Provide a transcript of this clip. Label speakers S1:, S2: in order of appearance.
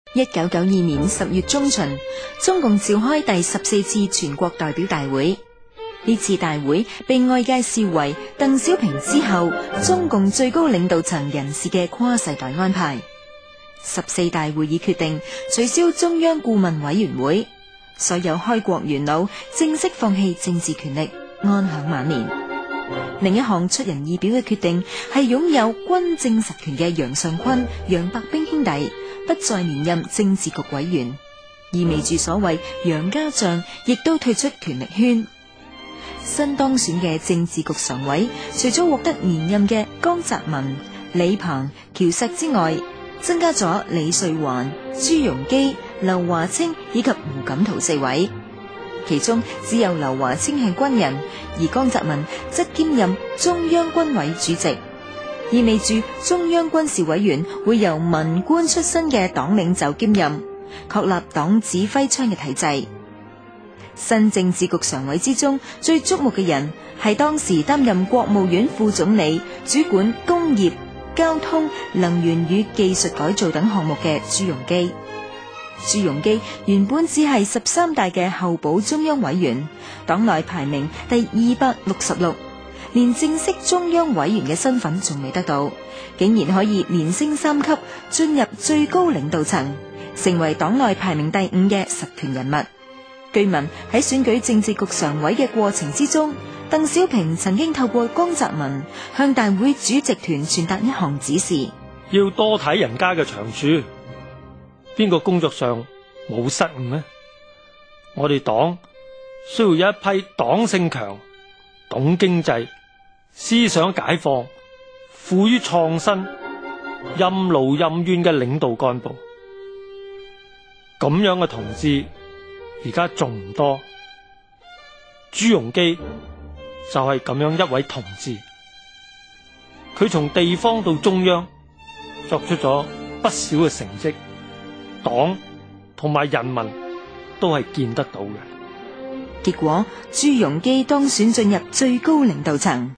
S1: 1992年10月中旬，中共召開第14次全國代表大會。呢次大會被外界視為鄧小平之後中共最高領導層人士嘅跨世代安排。14大會議決定取消中央顧問委員會，所有開國元老正式放棄政治權力，安享晚年。另一項出人意表嘅決定係擁有軍政實權嘅楊尚昆、楊白冰兄弟不再連任政治局委員，意味住所謂楊家將亦都退出權力圈。新當選嘅政治局常委，除咗獲得連任嘅江澤民、李鵬、喬石之外，增加咗李瑞環、朱鎔基、劉華清以及胡錦濤4位。其中只有劉華清係軍人，而江澤民則兼任中央軍委主席，意味住中央軍事委員會由文官出身嘅黨領袖兼任，確立黨指揮槍嘅體制。新政治局常委之中最矚目嘅人係當時擔任國務院副總理，主管工業、交通、能源與技術改造等項目嘅朱鎔基。朱鎔基原本只係13大嘅候補中央委員，黨內排名第266，連正式中央委員嘅身份仲未得到，竟然可以連升3級進入最高領導層，成為黨內排名第5嘅實權人物。據聞喺選舉政治局常委嘅過程之中，鄧小平曾經透過江澤民向大會主席團傳達一項指示：
S2: 要多睇人家嘅長處，邊個工作上冇失誤呢？我哋黨需要有一批黨性強、懂經濟、思想解放、富於創新、任勞任怨嘅領導幹部。咁樣嘅同志而家仲唔多，朱鎔基就係咁樣一位同志。佢從地方到中央作出咗不少嘅成績，黨同埋人民都係見得到嘅。
S1: 結果朱鎔基當選進入最高領導層。